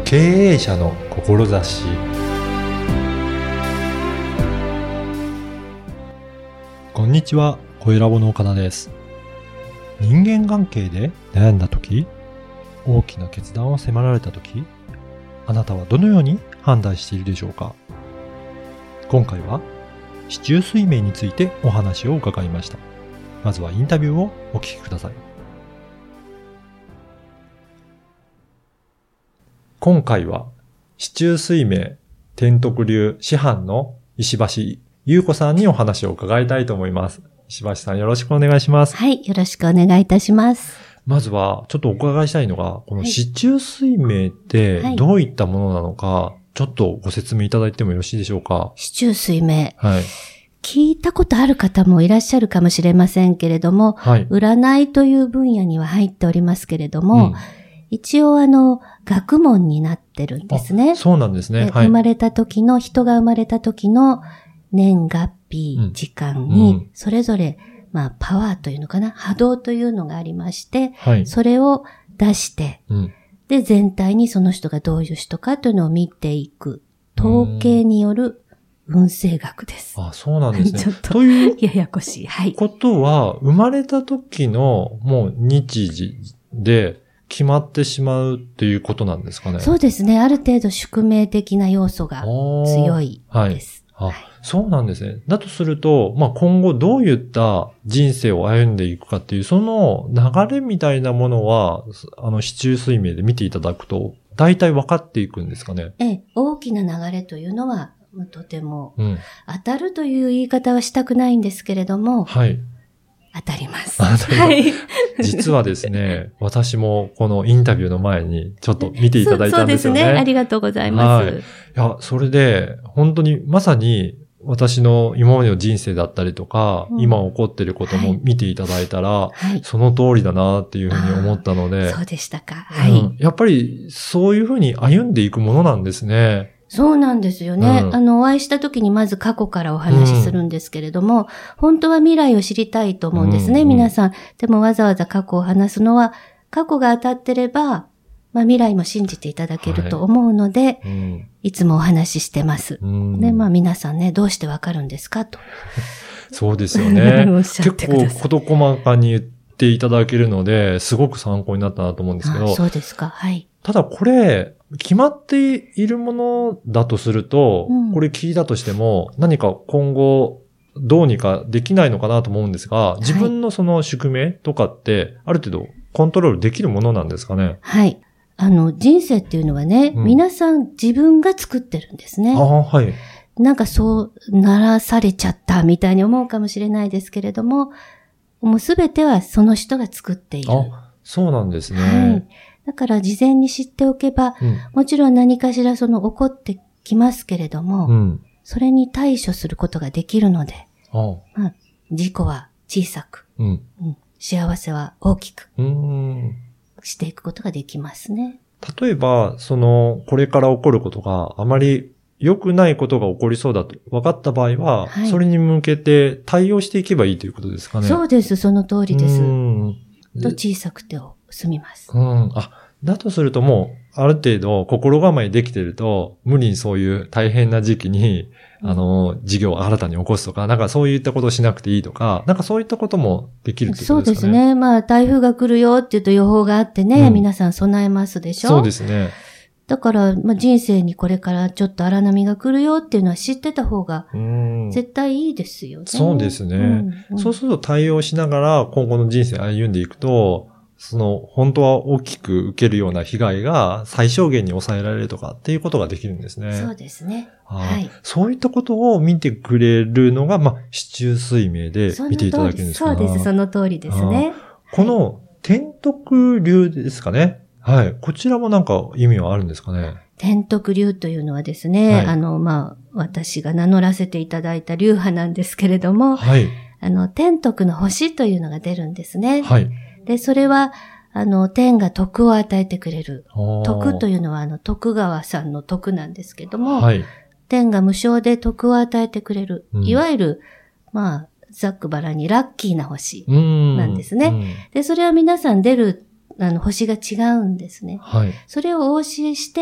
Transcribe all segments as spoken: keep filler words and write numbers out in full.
経営者の志。こんにちは、声ラボの岡田です。人間関係で悩んだとき、大きな決断を迫られたとき、あなたはどのように判断しているでしょうか。今回は四柱推命についてお話を伺いました。まずはインタビューをお聞きください。今回は四柱推命天徳流師範の石橋優子さんにお話を伺いたいと思います。石橋さん、よろしくお願いします。 はい、よろしくお願いいたします。 まずはちょっとお伺いしたいのが、この四柱推命ってどういったものなのか、はい、ちょっとご説明いただいてもよろしいでしょうか。 四柱推命。 はい。 聞いたことある方もいらっしゃるかもしれませんけれども、はい、占いという分野には入っておりますけれども、うん、一応あの、学問になってるんですね。 そうなんですね。 はい、生まれた時の、人が生まれた時の年月日、うん、時間に、それぞれ、まあ、パワーというのかな、波動というのがありまして、はい、それを出して、うん、で、全体にその人がどういう人かというのを見ていく、統計による運勢学です。 あ、そうなんですね。 ちょっと、 という、 ややこしい。はい。 ことは、生まれた時の、もう日時で、決まってしまうっていうことなんですかね。 そうですね。ある程度宿命的な要素が強いです。 はい。あ、そうなんですね。だとすると、まあ、今後どういった人生を歩んでいくかっていう、その流れみたいなものは、あの、四柱推命で見ていただくと、大体分かっていくんですかね。 ええ、大きな流れというのは、とても、うん、当たるという言い方はしたくないんですけれども、はい。当たります。はい。 実はですね、私もこのインタビューの前にちょっと見ていただいたんですよね。 そうですね。ありがとうございます。はい。いや、それで、本当にまさに私の今までの人生だったりとか、うん、今起こっていることも見ていただいたら、はい、その通りだなっていうふうに思ったので。 そうでしたか。はい、 うん。やっぱりそういうふうに歩んでいくものなんですね。 そうなんですよね。うん、あの、お会いした時にまず過去からお話しするんですけれども、うん、本当は未来を知りたいと思うんですね、うん、皆さん。でもわざわざ過去を話すのは、過去が当たってれば、まあ未来も信じていただけると思うので、はい、うん、いつもお話ししてます。うん、で、まあ皆さんね、どうしてわかるんですかと。 そうですよね。結構事細かに言っていただけるので、すごく参考になったなと思うんですけど。 あ、そうですか。はい。 ただこれ、決まっているものだとすると、うん、これ聞いたとしても、何か今後どうにかできないのかなと思うんですが、自分のその宿命とかって、ある程度コントロールできるものなんですかね。 はい。あの、人生っていうのはね、うん、皆さん自分が作ってるんですね。 ああ、はい。 なんかそうならされちゃったみたいに思うかもしれないですけれども、もうすべてはその人が作っている。 あ、そうなんですね。 はい。だから事前に知っておけば、うん、もちろん何かしらその起こってきますけれども、うん、それに対処することができるので、ああまあ、事故は小さく、うんうん、幸せは大きくしていくことができますね。 例えば、その、これから起こることがあまり良くないことが起こりそうだと分かった場合は、はい、それに向けて対応していけばいいということですかね。 そうです、その通りです。と小さくてを済みます。 うん。あ、だとするともう、ある程度心構えできてると、無理にそういう大変な時期に、うん、あの、事業を新たに起こすとか、なんかそういったことをしなくていいとか、なんかそういったこともできるってことですかね。 そうですね。まあ、台風が来るよって言うと予報があってね、うん、皆さん備えますでしょ。 そうですね。 だから、まあ、人生にこれからちょっと荒波が来るよっていうのは知ってた方が、絶対いいですよね。 そうですね、うんうん。そうすると対応しながら今後の人生歩んでいくと、その、本当は大きく受けるような被害が最小限に抑えられるとかっていうことができるんですね。 そうですね。 はい。そういったことを見てくれるのが、まあ、四柱推命で見ていただけるんですか。 そうです。その通りですね。 この、天徳流ですかね。はい。こちらもなんか意味はあるんですかね。 天徳流というのはですね、はい、あの、まあ、私が名乗らせていただいた流派なんですけれども、はい。あの、天徳の星というのが出るんですね。はい。で、それは、あの、天が徳を与えてくれる。徳というのは、あの、徳川さんの徳なんですけども、はい。天が無償で徳を与えてくれる。うん、いわゆる、まあ、ざっくばらにラッキーな星なんですね。うん、で、それは皆さん出る、あの、星が違うんですね。はい。それをお教えして、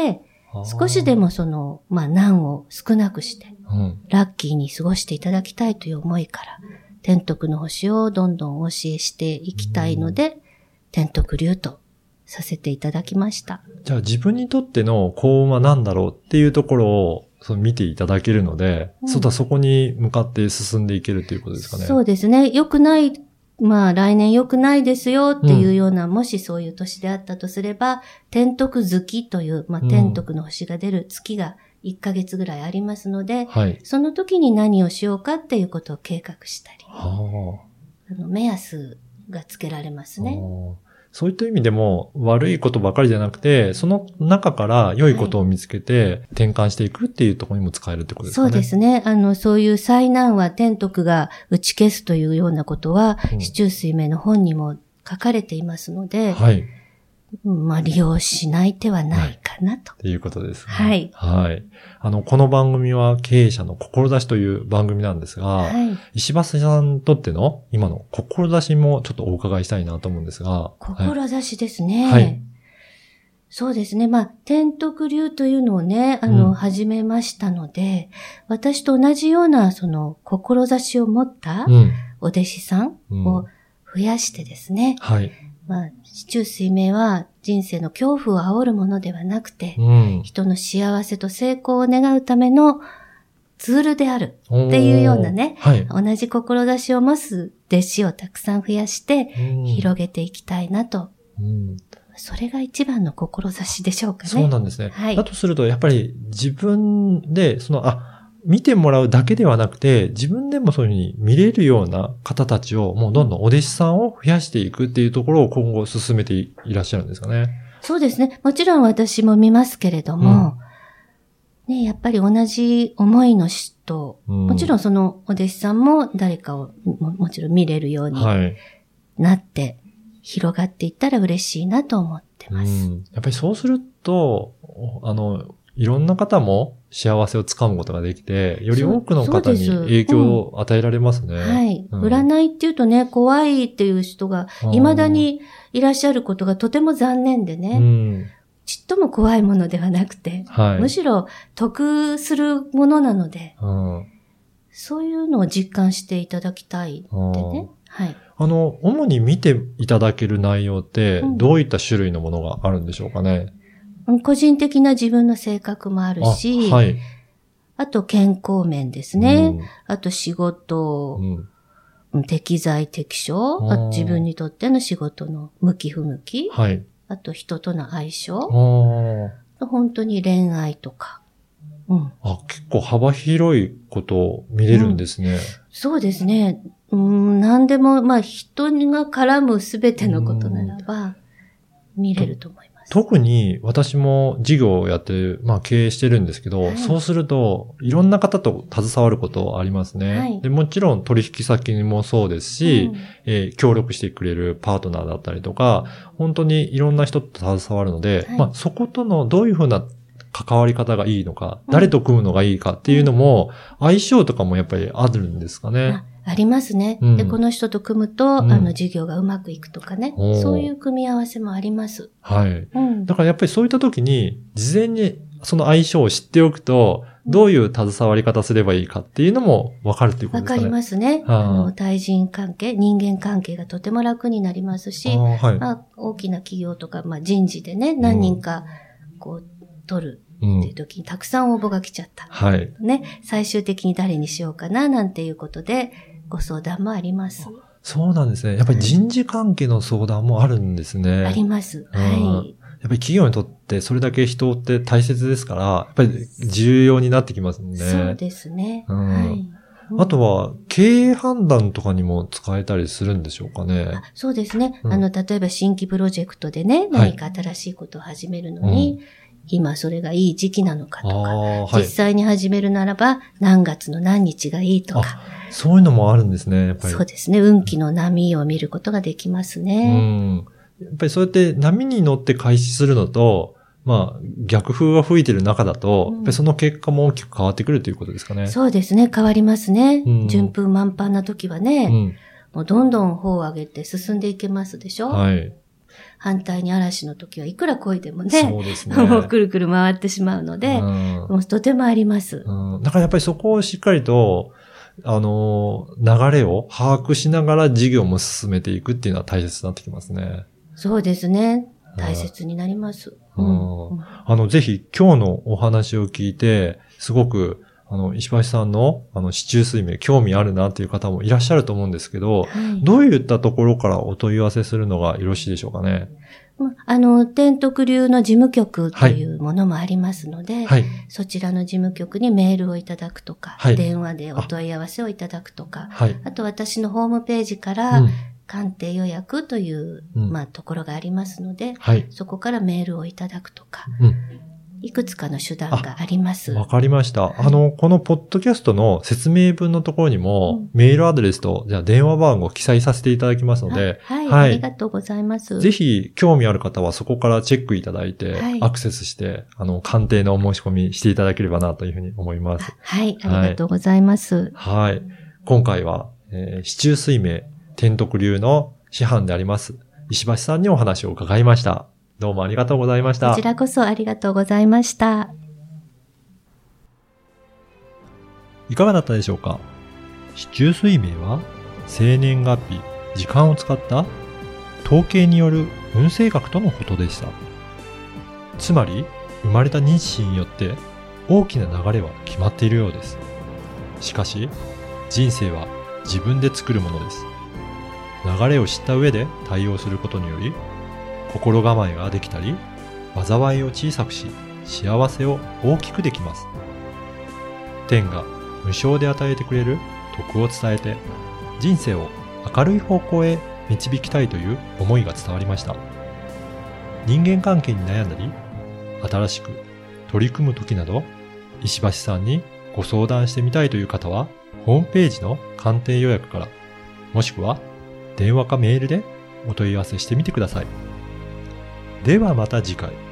少しでもその、まあ難を少なくして、うん、ラッキーに過ごしていただきたいという思いから、天徳の星をどんどんお教えしていきたいので、うん、天徳流とさせていただきました。 じゃあ自分にとっての幸運は何だろうっていうところをその見ていただけるので、うん、そうだ、そこに向かって進んでいけるということですかね。 そうですね。良くない、まあ来年良くないですよっていうような、うん、もしそういう年であったとすれば、天徳月という、まあ天徳の星が出る月がいっかげつぐらいありますので、はい、その時に何をしようかっていうことを計画したり、はあ、あの目安がつけられますね。 そういった意味でも悪いことばかりじゃなくて、その中から良いことを見つけて転換していくっていうところにも使えるってことですかね。 そうですね。あの、そういう災難は天徳が打ち消すというようなことは、うん、四柱推命の本にも書かれていますので、はい。まあ、利用しない手はないかなと。 はい、っていうことですね。 はい。 はい。あの、この番組は経営者の志という番組なんですが、はい、石橋さんにとっての今の志もちょっとお伺いしたいなと思うんですが。 志ですね。はい。そうですね。まあ、天徳流というのをね、あの、うん、始めましたので、私と同じような、その、志を持ったお弟子さんを増やしてですね。うん、はい。まあ、四柱推命は人生の恐怖を煽るものではなくて、うん、人の幸せと成功を願うためのツールであるっていうようなね、はい、同じ志を持つ弟子をたくさん増やして広げていきたいなと。うん、それが一番の志でしょうかね。 そうなんですね。はい、だとするとやっぱり自分でその、あ、見てもらうだけではなくて、自分でもそういうふうに見れるような方たちを、もうどんどんお弟子さんを増やしていくっていうところを今後進めていらっしゃるんですかね。 そうですね。もちろん私も見ますけれども、うん、ね、やっぱり同じ思いの人、うん、もちろんそのお弟子さんも誰かを も, もちろん見れるようになって、はい、広がっていったら嬉しいなと思ってます。うん、 やっぱりそうすると、あの、いろんな方も幸せをつかむことができて、より多くの方に影響を与えられますね。 うん、はい、うん。占いっていうとね、怖いっていう人が未だにいらっしゃることがとても残念でね、うん、ちっとも怖いものではなくて、はい、むしろ得するものなので、うん、そういうのを実感していただきたいってね。はい。 あの、主に見ていただける内容って、どういった種類のものがあるんでしょうかね。 うん、個人的な自分の性格もあるし、あ、はい、あと健康面ですね。うん、あと仕事、うん、適材適所、あと自分にとっての仕事の向き不向き、はい、あと人との相性、本当に恋愛とか。 うん、あ、結構幅広いことを見れるんですね。うん、 そうですね。うん、何でも、まあ人が絡むすべてのことならば見れると思います。 特に私も事業をやってる、まあ経営してるんですけど、はい、そうするといろんな方と携わることありますね。はい、でもちろん取引先にもそうですし、うんえー、協力してくれるパートナーだったりとか、本当にいろんな人と携わるので、はい、まあそことのどういうふうな関わり方がいいのか、うん、誰と組むのがいいかっていうのも、相性とかもやっぱりあるんですかね。 ありますね、うん。で、この人と組むと、うん、あの、事業がうまくいくとかね。そういう組み合わせもあります。 はい、うん。だからやっぱりそういった時に、事前にその相性を知っておくと、どういう携わり方すればいいかっていうのも分かるっていうことですかね。 分かりますね。あの、対人関係、人間関係がとても楽になりますし、あ、はい、まあ、大きな企業とか、まあ、人事でね、何人か、こう、取る。っていう時にたくさん応募が来ちゃった。はい。ね。最終的に誰にしようかな、なんていうことで、ご相談もあります。 そうなんですね。やっぱり人事関係の相談もあるんですね。 あります。はい。やっぱり企業にとってそれだけ人って大切ですから、やっぱり重要になってきますね。 そうですね。うん、はい。 あとは、経営判断とかにも使えたりするんでしょうかね。 あ、そうですね、うん。あの、例えば新規プロジェクトでね、何か新しいことを始めるのに、はいうん今それがいい時期なのかとか、はい、実際に始めるならば何月の何日がいいとか。 そういうのもあるんですね、やっぱり。 そうですね。運気の波を見ることができますね。 うん。やっぱりそうやって波に乗って開始するのと、まあ逆風が吹いてる中だと、うん、やっぱりその結果も大きく変わってくるということですかね。 そうですね。変わりますね。うん、順風満帆な時はね、うん、もうどんどん帆を上げて進んでいけますでしょ。はい。 反対に嵐の時はいくら漕いでもね。 そうですね。 もうくるくる回ってしまうので、うん、もうとてもあります。 うん。だからやっぱりそこをしっかりと、あの、流れを把握しながら事業も進めていくっていうのは大切になってきますね。 そうですね。大切になります。 うん。うん、あの、ぜひ今日のお話を聞いて、すごく、あの、石橋さんの、あの、四柱推命、興味あるなっていう方もいらっしゃると思うんですけど、はい、どういったところからお問い合わせするのがよろしいでしょうかね。 あの、天徳流の事務局というものもありますので、はい、そちらの事務局にメールをいただくとか、はい、電話でお問い合わせをいただくとか、あ, あと私のホームページから、うん鑑定予約という、うん、まあ、ところがありますので、はい、そこからメールをいただくとか、うん、いくつかの手段があります。 わかりました。はい、あの、このポッドキャストの説明文のところにも、うん、メールアドレスと、じゃあ電話番号を記載させていただきますので、 はい、はい、ありがとうございます。 ぜひ、興味ある方はそこからチェックいただいて、はい、アクセスして、あの、鑑定のお申し込みしていただければなというふうに思います。 はい、ありがとうございます。 はい。はい、今回は、えー、四柱推命、天徳流の師範であります、石橋さんにお話を伺いました。どうもありがとうございました。 こちらこそありがとうございました。 いかがだったでしょうか。四柱推命は、生年月日、時間を使った統計による運勢学とのことでした。つまり、生まれた日時によって大きな流れは決まっているようです。しかし、人生は自分で作るものです。流れを知った上で対応することにより、心構えができたり、災いを小さくし、幸せを大きくできます。天が無償で与えてくれる徳を伝えて、人生を明るい方向へ導きたいという思いが伝わりました。人間関係に悩んだり、新しく取り組む時など、石橋さんにご相談してみたいという方は、ホームページの鑑定予約から、もしくは電話かメールでお問い合わせしてみてください。ではまた次回。